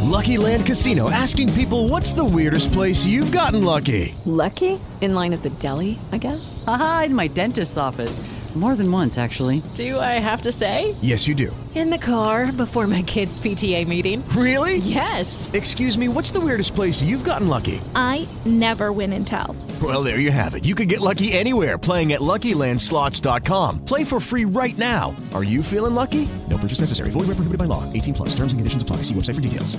Lucky Land Casino, asking people, what's the weirdest place you've gotten lucky? Lucky? In line at the deli, I guess? Aha, in my dentist's office. More than once, actually. Do I have to say? Yes, you do. In the car before my kids' PTA meeting. Really? Yes. Excuse me, what's the weirdest place you've gotten lucky? I never win and tell. Well, there you have it. You can get lucky anywhere, playing at LuckyLandSlots.com. Play for free right now. Are you feeling lucky? No purchase necessary. Void where prohibited by law. 18 plus. Terms and conditions apply. See website for details.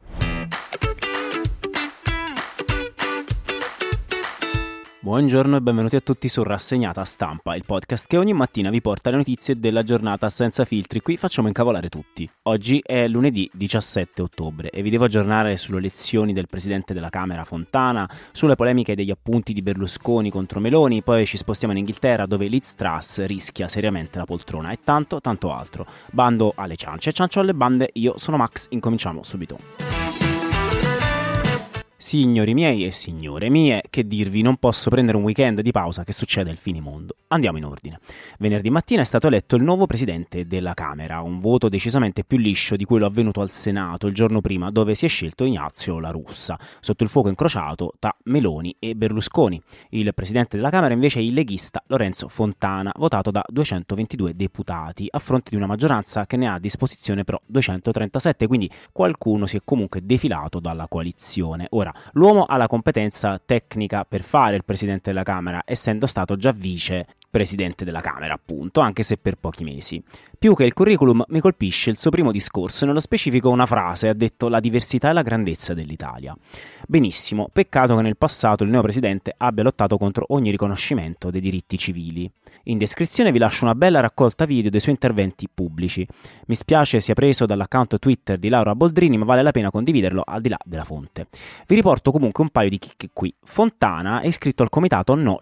Buongiorno e benvenuti a tutti su Rassegnata Stampa, il podcast che ogni mattina vi porta le notizie della giornata senza filtri. Qui facciamo incavolare tutti. Oggi è lunedì 17 ottobre e vi devo aggiornare sulle elezioni del presidente della Camera Fontana, sulle polemiche degli appunti di Berlusconi contro Meloni, poi ci spostiamo in Inghilterra dove Liz Truss rischia seriamente la poltrona e tanto altro. Bando alle ciance, ciancio alle bande, io sono Max, incominciamo subito. Signori miei e signore mie, che dirvi, non posso prendere un weekend di pausa che succede al finimondo. Andiamo in ordine. Venerdì mattina è stato eletto il nuovo presidente della Camera, un voto decisamente più liscio di quello avvenuto al Senato il giorno prima, dove si è scelto Ignazio La Russa, sotto il fuoco incrociato tra Meloni e Berlusconi. Il presidente della Camera invece è il leghista Lorenzo Fontana, votato da 222 deputati, a fronte di una maggioranza che ne ha a disposizione però 237, quindi qualcuno si è comunque defilato dalla coalizione. Ora, l'uomo ha la competenza tecnica per fare il presidente della Camera, essendo stato già vice presidente della Camera, appunto, anche se per pochi mesi. Più che il curriculum mi colpisce il suo primo discorso, nello specifico una frase, ha detto: la diversità e la grandezza dell'Italia. Benissimo, peccato che nel passato il neopresidente abbia lottato contro ogni riconoscimento dei diritti civili. In descrizione vi lascio una bella raccolta video dei suoi interventi pubblici. Mi spiace sia preso dall'account Twitter di Laura Boldrini, ma vale la pena condividerlo al di là della fonte. Vi riporto comunque un paio di chicche qui. Fontana è iscritto al comitato No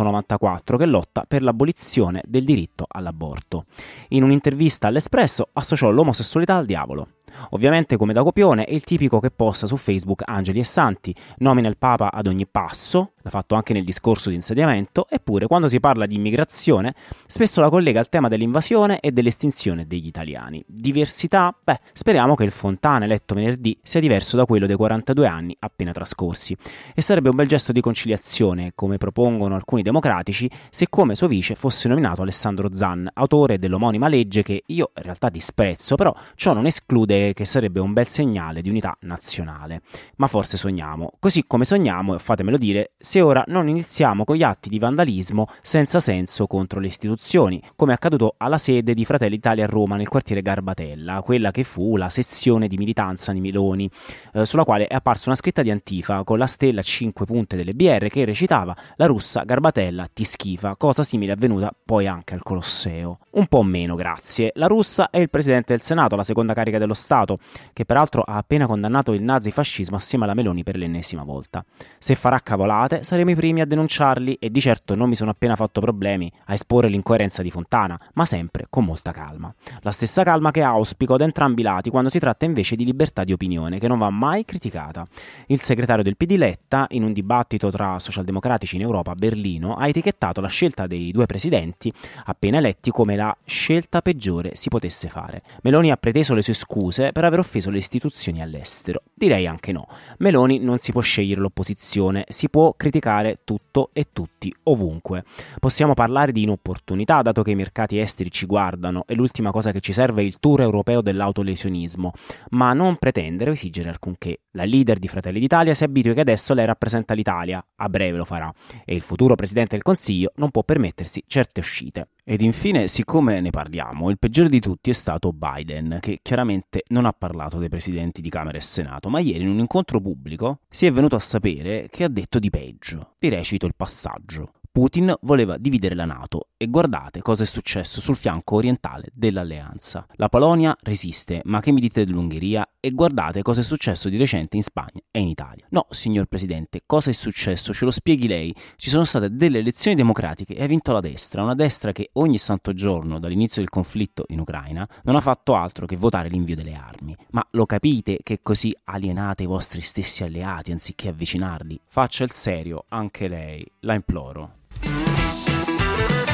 194 che lotta per l'abolizione del diritto all'aborto. In un'intervista all'Espresso associò l'omosessualità al diavolo. Ovviamente, come da copione, è il tipico che posta su Facebook angeli e santi, nomina il Papa ad ogni passo, l'ha fatto anche nel discorso di insediamento, eppure quando si parla di immigrazione spesso la collega al tema dell'invasione e dell'estinzione degli italiani. Diversità? Beh, speriamo che il Fontana eletto venerdì sia diverso da quello dei 42 anni appena trascorsi. E sarebbe un bel gesto di conciliazione, come propongono alcuni democratici, se come suo vice fosse nominato Alessandro Zan, autore dell'omonima legge che io in realtà disprezzo, però ciò non esclude che sarebbe un bel segnale di unità nazionale. Ma forse sogniamo, così come sogniamo, e fatemelo dire, se ora non iniziamo con gli atti di vandalismo senza senso contro le istituzioni, come è accaduto alla sede di Fratelli d'Italia a Roma nel quartiere Garbatella, quella che fu la sezione di militanza di Meloni, sulla quale è apparsa una scritta di Antifa con la stella a 5 punte delle BR che recitava: la russa Garbatella ti schifa, cosa simile avvenuta poi anche al Colosseo. Un po' meno, grazie. La russa è il presidente del Senato, la seconda carica dello Stato, che peraltro ha appena condannato il nazifascismo assieme alla Meloni per l'ennesima volta. Se farà cavolate saremo i primi a denunciarli e di certo non mi sono appena fatto problemi a esporre l'incoerenza di Fontana, ma sempre con molta calma. La stessa calma che auspico da entrambi i lati quando si tratta invece di libertà di opinione, che non va mai criticata. Il segretario del PD Letta, in un dibattito tra socialdemocratici in Europa a Berlino, ha etichettato la scelta dei due presidenti appena eletti come la scelta peggiore si potesse fare. Meloni ha preteso le sue scuse per aver offeso le istituzioni all'estero. Direi anche no. Meloni non si può scegliere l'opposizione, si può criticare tutto e tutti, ovunque. Possiamo parlare di inopportunità, dato che i mercati esteri ci guardano e l'ultima cosa che ci serve è il tour europeo dell'autolesionismo, ma non pretendere o esigere alcunché. La leader di Fratelli d'Italia si abitui che adesso lei rappresenta l'Italia, a breve lo farà, e il futuro presidente del Consiglio non può permettersi certe uscite. Ed infine, siccome ne parliamo, il peggiore di tutti è stato Biden, che chiaramente non ha parlato dei presidenti di Camera e Senato, ma ieri in un incontro pubblico si è venuto a sapere che ha detto di peggio. Vi recito il passaggio. Putin voleva dividere la NATO e guardate cosa è successo sul fianco orientale dell'alleanza. La Polonia resiste, ma che mi dite dell'Ungheria? E guardate cosa è successo di recente in Spagna e in Italia. No, signor Presidente, cosa è successo? Ce lo spieghi lei. Ci sono state delle elezioni democratiche e ha vinto la destra, una destra che ogni santo giorno dall'inizio del conflitto in Ucraina non ha fatto altro che votare l'invio delle armi. Ma lo capite che così alienate i vostri stessi alleati anziché avvicinarli? Faccia il serio, anche lei, la imploro.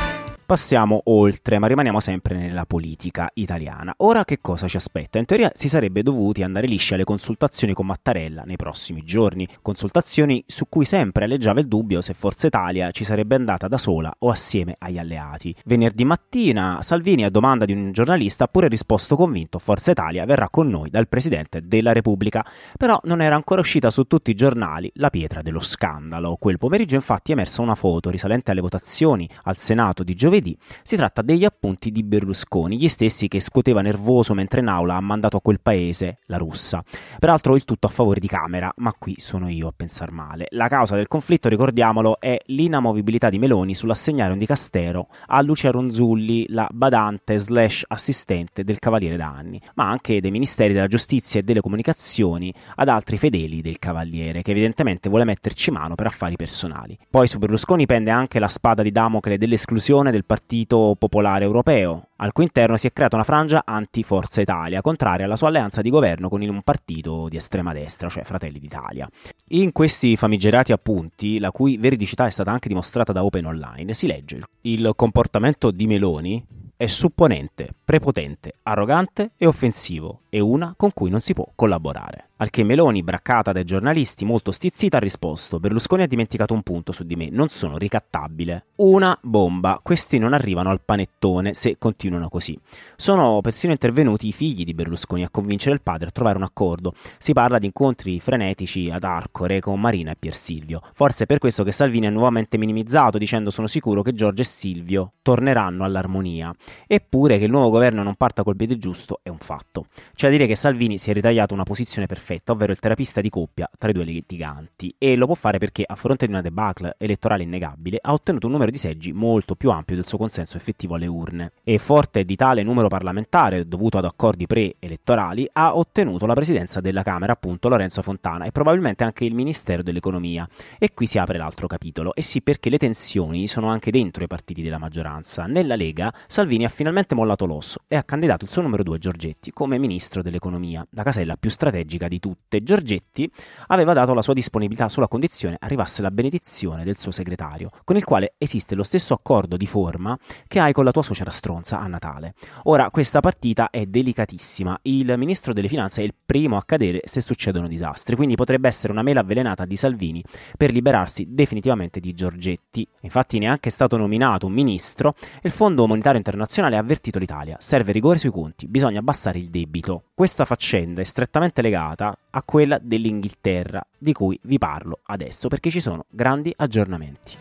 Passiamo oltre, ma rimaniamo sempre nella politica italiana. Ora che cosa ci aspetta? In teoria si sarebbe dovuti andare lisci alle consultazioni con Mattarella nei prossimi giorni, consultazioni su cui sempre aleggiava il dubbio se Forza Italia ci sarebbe andata da sola o assieme agli alleati. Venerdì mattina Salvini, a domanda di un giornalista, ha pure risposto convinto: Forza Italia verrà con noi dal Presidente della Repubblica. Però non era ancora uscita su tutti i giornali la pietra dello scandalo. Quel pomeriggio infatti è emersa una foto risalente alle votazioni al Senato di giovedì. Si tratta degli appunti di Berlusconi, gli stessi che scuoteva nervoso mentre in aula ha mandato a quel paese la russa. Peraltro il tutto a favore di Camera, ma qui sono io a pensar male. La causa del conflitto, ricordiamolo, è l'inamovibilità di Meloni sull'assegnare un dicastero a Lucia Ronzulli, la badante / assistente del Cavaliere da anni, ma anche dei ministeri della giustizia e delle comunicazioni ad altri fedeli del Cavaliere, che evidentemente vuole metterci mano per affari personali. Poi su Berlusconi pende anche la spada di Damocle dell'esclusione del Partito Popolare Europeo, al cui interno si è creata una frangia anti-Forza Italia, contraria alla sua alleanza di governo con un partito di estrema destra, cioè Fratelli d'Italia. In questi famigerati appunti, la cui veridicità è stata anche dimostrata da Open Online, si legge: il comportamento di Meloni è supponente, prepotente, arrogante e offensivo, e una con cui non si può collaborare. Al che Meloni, braccata dai giornalisti, molto stizzita, ha risposto: Berlusconi ha dimenticato un punto su di me, non sono ricattabile. Una bomba, questi non arrivano al panettone se continuano così. Sono persino intervenuti i figli di Berlusconi a convincere il padre a trovare un accordo. Si parla di incontri frenetici ad Arcore con Marina e Pier Silvio. Forse è per questo che Salvini ha nuovamente minimizzato, dicendo: sono sicuro che Giorgia e Silvio torneranno all'armonia. Eppure che il nuovo governo non parta col piede giusto è un fatto. C'è da dire che Salvini si è ritagliato una posizione perfetta, ovvero il terapista di coppia tra i due litiganti, e lo può fare perché, a fronte di una debacle elettorale innegabile, ha ottenuto un numero di seggi molto più ampio del suo consenso effettivo alle urne, e forte di tale numero parlamentare, dovuto ad accordi pre-elettorali, ha ottenuto la presidenza della Camera, appunto, Lorenzo Fontana, e probabilmente anche il Ministero dell'Economia. E qui si apre l'altro capitolo, e sì, perché le tensioni sono anche dentro i partiti della maggioranza. Nella Lega Salvini ha finalmente mollato l'osso e ha candidato il suo numero 2 Giorgetti come ministro dell'economia, la casella più strategica di tutte. Giorgetti aveva dato la sua disponibilità solo a condizione arrivasse la benedizione del suo segretario, con il quale esiste lo stesso accordo di forma che hai con la tua suocera stronza a Natale. Ora, questa partita è delicatissima. Il ministro delle finanze è il primo a cadere se succedono disastri, quindi potrebbe essere una mela avvelenata di Salvini per liberarsi definitivamente di Giorgetti. Infatti neanche è stato nominato un ministro e il Fondo Monetario Internazionale ha avvertito l'Italia: serve rigore sui conti, bisogna abbassare il debito. Questa faccenda è strettamente legata a quella dell'Inghilterra, di cui vi parlo adesso perché ci sono grandi aggiornamenti.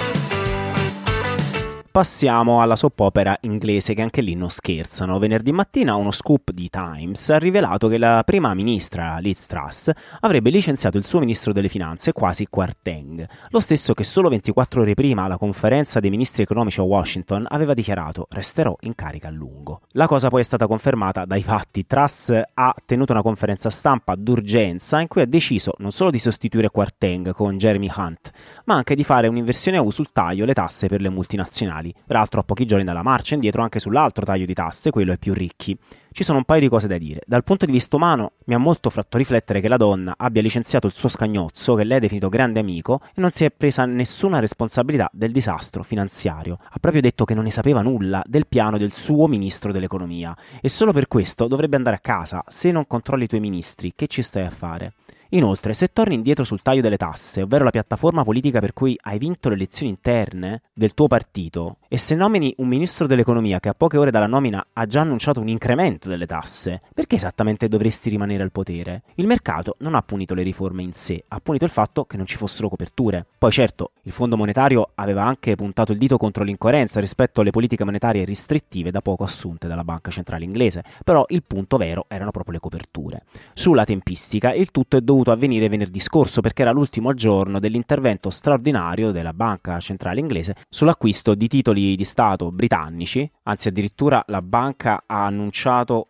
Passiamo alla soap opera inglese, che anche lì non scherzano. Venerdì mattina uno scoop di Times ha rivelato che la prima ministra Liz Truss avrebbe licenziato il suo ministro delle finanze Kwasi Kwarteng, lo stesso che solo 24 ore prima alla conferenza dei ministri economici a Washington aveva dichiarato: resterò in carica a lungo. La cosa poi è stata confermata dai fatti. Truss ha tenuto una conferenza stampa d'urgenza in cui ha deciso non solo di sostituire Kwarteng con Jeremy Hunt, ma anche di fare un'inversione a U sul taglio le tasse per le multinazionali. Peraltro a pochi giorni dalla marcia indietro anche sull'altro taglio di tasse, quello ai più ricchi. Ci sono un paio di cose da dire. Dal punto di vista umano mi ha molto fatto riflettere che la donna abbia licenziato il suo scagnozzo, che lei ha definito grande amico, e non si è presa nessuna responsabilità del disastro finanziario. Ha proprio detto che non ne sapeva nulla del piano del suo ministro dell'economia, e solo per questo dovrebbe andare a casa. Se non controlli i tuoi ministri, che ci stai a fare? Inoltre, se torni indietro sul taglio delle tasse, ovvero la piattaforma politica per cui hai vinto le elezioni interne del tuo partito, e se nomini un ministro dell'economia che a poche ore dalla nomina ha già annunciato un incremento delle tasse, perché esattamente dovresti rimanere al potere? Il mercato non ha punito le riforme in sé, ha punito il fatto che non ci fossero coperture. Poi certo, il Fondo Monetario aveva anche puntato il dito contro l'incoerenza rispetto alle politiche monetarie restrittive da poco assunte dalla Banca Centrale Inglese, però il punto vero erano proprio le coperture. Sulla tempistica, il tutto è dovuto avvenire venerdì scorso perché era l'ultimo giorno dell'intervento straordinario della Banca Centrale Inglese sull'acquisto di titoli di Stato britannici, anzi addirittura la banca ha annunciato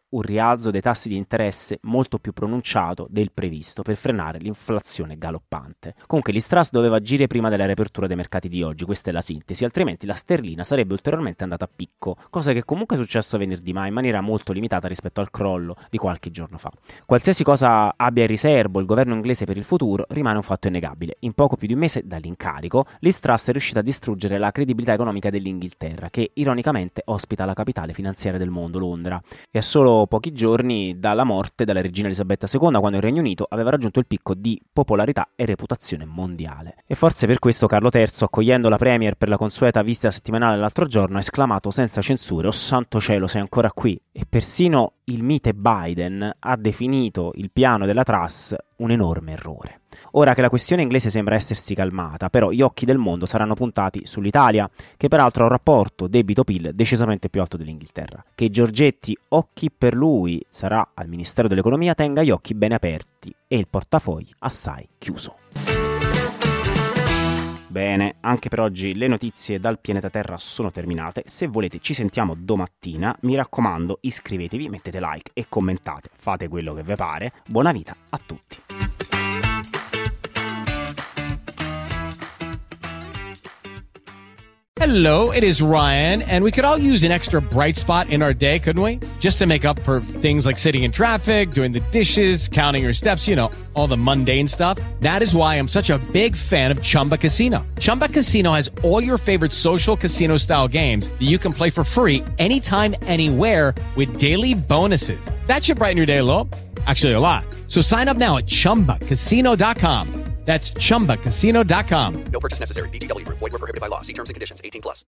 un rialzo dei tassi di interesse molto più pronunciato del previsto per frenare l'inflazione galoppante. Comunque Liz Truss doveva agire prima della riapertura dei mercati di oggi, questa è la sintesi, altrimenti la sterlina sarebbe ulteriormente andata a picco, cosa che comunque è successo venerdì ma in maniera molto limitata rispetto al crollo di qualche giorno fa. Qualsiasi cosa abbia in riservo il governo inglese per il futuro rimane un fatto innegabile. In poco più di un mese dall'incarico, Liz Truss è riuscita a distruggere la credibilità economica dell'Inghilterra, che ironicamente ospita la capitale finanziaria del mondo, Londra, e a solo pochi giorni dalla morte della regina Elisabetta II, quando il Regno Unito aveva raggiunto il picco di popolarità e reputazione mondiale. E forse per questo Carlo III, accogliendo la Premier per la consueta visita settimanale l'altro giorno, ha esclamato senza censure: "Oh santo cielo, sei ancora qui!" E persino il mite Biden ha definito il piano della Truss un enorme errore. Ora che la questione inglese sembra essersi calmata, però gli occhi del mondo saranno puntati sull'Italia, che peraltro ha un rapporto debito-PIL decisamente più alto dell'Inghilterra. Che Giorgetti, occhi per lui, sarà al Ministero dell'Economia, tenga gli occhi bene aperti e il portafogli assai chiuso. Bene, anche per oggi le notizie dal pianeta Terra sono terminate. Se volete ci sentiamo domattina, mi raccomando iscrivetevi, mettete like e commentate, fate quello che vi pare. Buona vita a tutti. Hello, it is Ryan, and we could all use an extra bright spot in our day, couldn't we? Just to make up for things like sitting in traffic, doing the dishes, counting your steps, you know, all the mundane stuff. That is why I'm such a big fan of Chumba Casino. Chumba Casino has all your favorite social casino-style games that you can play for free anytime, anywhere with daily bonuses. That should brighten your day a little. Actually, a lot. So sign up now at ChumbaCasino.com. That's ChumbaCasino.com. No purchase necessary. VGW Group. Void where prohibited by law. See terms and conditions. 18+.